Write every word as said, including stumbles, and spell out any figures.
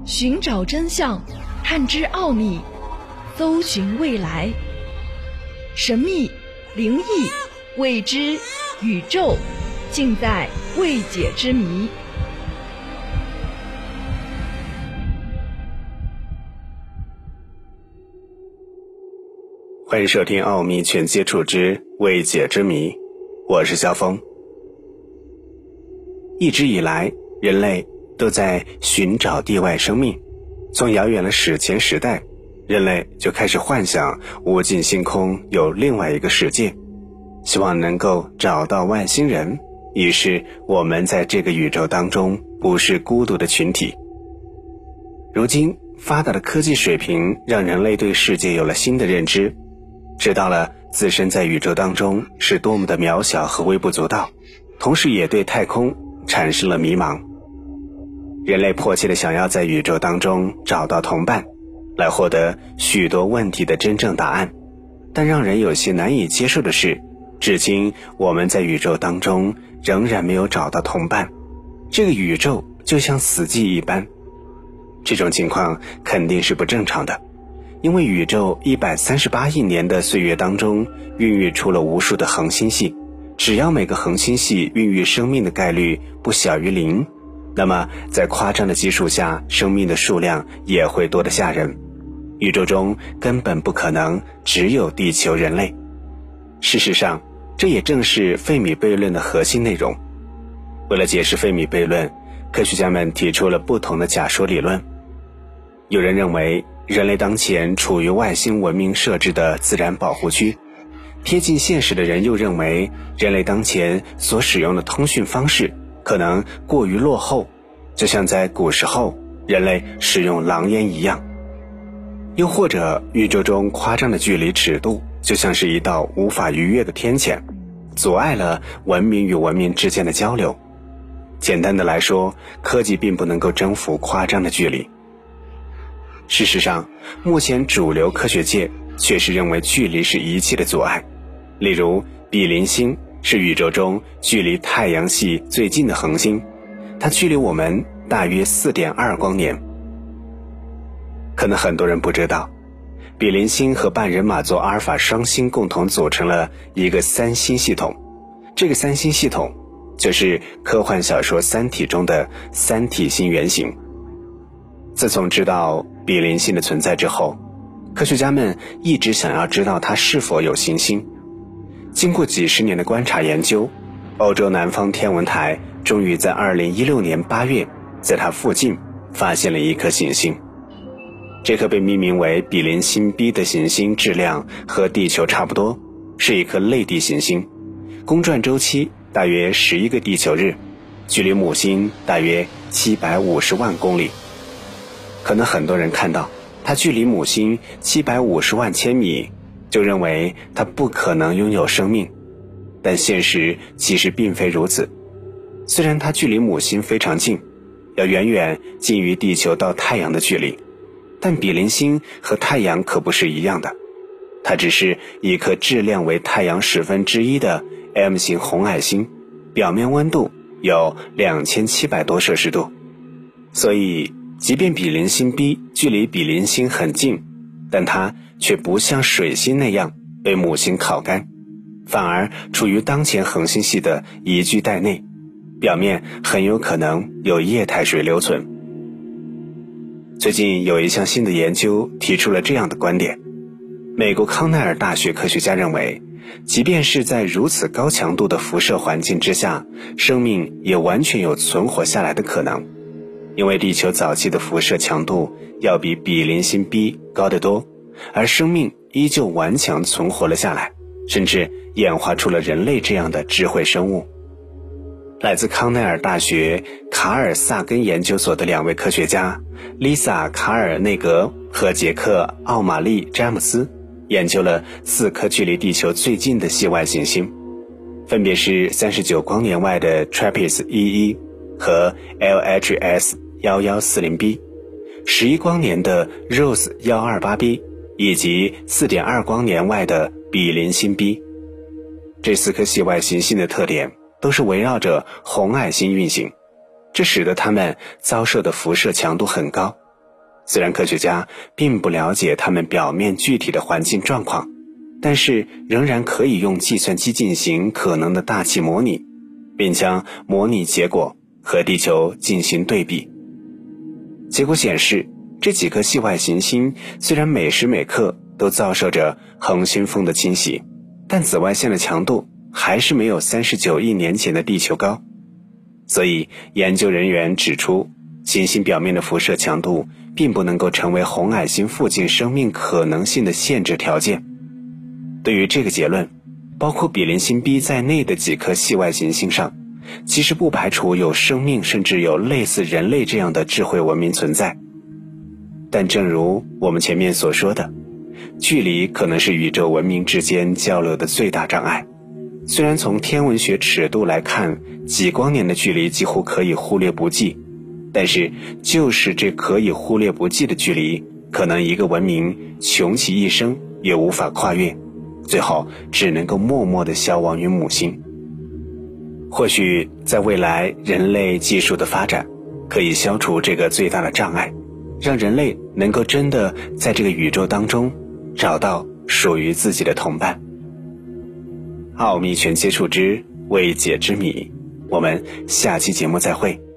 寻找真相，探知奥秘，搜寻未来。神秘、灵异、未知、宇宙，尽在未解之谜。 欢迎收听《奥秘全接触之未解之谜》，我是肖峰。一直以来，人类都在寻找地外生命。从遥远的史前时代，人类就开始幻想无尽星空有另外一个世界，希望能够找到外星人。于是我们在这个宇宙当中不是孤独的群体。如今发达的科技水平让人类对世界有了新的认知，知道了自身在宇宙当中是多么的渺小和微不足道，同时也对太空产生了迷茫。人类迫切地想要在宇宙当中找到同伴，来获得许多问题的真正答案。但让人有些难以接受的是，至今我们在宇宙当中仍然没有找到同伴，这个宇宙就像死寂一般。这种情况肯定是不正常的，因为宇宙一百三十八亿年的岁月当中孕育出了无数的恒星系，只要每个恒星系孕育生命的概率不小于零，那么在夸张的基数下，生命的数量也会多得吓人。宇宙中根本不可能只有地球人类。事实上，这也正是费米悖论的核心内容。为了解释费米悖论，科学家们提出了不同的假说理论。有人认为人类当前处于外星文明设置的自然保护区，贴近现实的人又认为人类当前所使用的通讯方式可能过于落后，就像在古时候人类使用狼烟一样。又或者宇宙中夸张的距离尺度就像是一道无法逾越的天堑，阻碍了文明与文明之间的交流。简单的来说，科技并不能够征服夸张的距离。事实上，目前主流科学界确实认为距离是一切的阻碍。例如，比邻星是宇宙中距离太阳系最近的恒星，它距离我们大约 四点二光年。可能很多人不知道，比邻星和半人马座阿尔法双星共同组成了一个三星系统。这个三星系统就是科幻小说《三体》中的三体星原型。自从知道比邻星的存在之后，科学家们一直想要知道它是否有行星。经过几十年的观察研究，欧洲南方天文台终于在二零一六年八月在它附近发现了一颗行星。这颗被命名为比邻星 B 的行星质量和地球差不多，是一颗类地行星，公转周期大约十一个地球日，距离母星大约七百五十万公里。可能很多人看到它距离母星七百五十万千米，就认为它不可能拥有生命，但现实其实并非如此。虽然它距离母星非常近，要远远近于地球到太阳的距离，但比邻星和太阳可不是一样的，它只是一颗质量为太阳十分之一的 M 型红矮星，表面温度有两千七百多摄氏度。所以即便比邻星 B 距离比邻星很近，但它却不像水星那样被母星烤干，反而处于当前恒星系的宜居带内，表面很有可能有液态水留存。最近有一项新的研究提出了这样的观点，美国康奈尔大学科学家认为，即便是在如此高强度的辐射环境之下，生命也完全有存活下来的可能。因为地球早期的辐射强度要比比邻星 B 高得多，而生命依旧顽强存活了下来，甚至演化出了人类这样的智慧生物。来自康奈尔大学卡尔萨根研究所的两位科学家 Lisa 卡尔内格和杰克奥马利詹姆斯研究了四颗距离地球最近的系外行星，分别是三十九光年外的 TRAPPIST 一一和 L H S一一四零 b， 十一光年的 Rose 一二八 b 以及 四点二光年外的比邻星 B。 这四颗系外行星的特点都是围绕着红矮星运行，这使得它们遭受的辐射强度很高， 虽然科学家并不了解它们表面具体的环境状况，但是仍然可以用计算机进行可能的大气模拟，并将模拟结果和地球进行对比。结果显示，这几颗系外行星虽然每时每刻都遭受着恒星风的侵袭，但紫外线的强度还是没有三十九亿年前的地球高。所以研究人员指出，行星表面的辐射强度并不能够成为红矮星附近生命可能性的限制条件。对于这个结论，包括比邻星 B 在内的几颗系外行星上，其实不排除有生命，甚至有类似人类这样的智慧文明存在。但正如我们前面所说的，距离可能是宇宙文明之间交流的最大障碍。虽然从天文学尺度来看，几光年的距离几乎可以忽略不计，但是就是这可以忽略不计的距离，可能一个文明穷其一生也无法跨越，最后只能够默默地消亡于母星。或许在未来，人类技术的发展可以消除这个最大的障碍，让人类能够真的在这个宇宙当中找到属于自己的同伴。奥秘全接触之未解之谜，我们下期节目再会。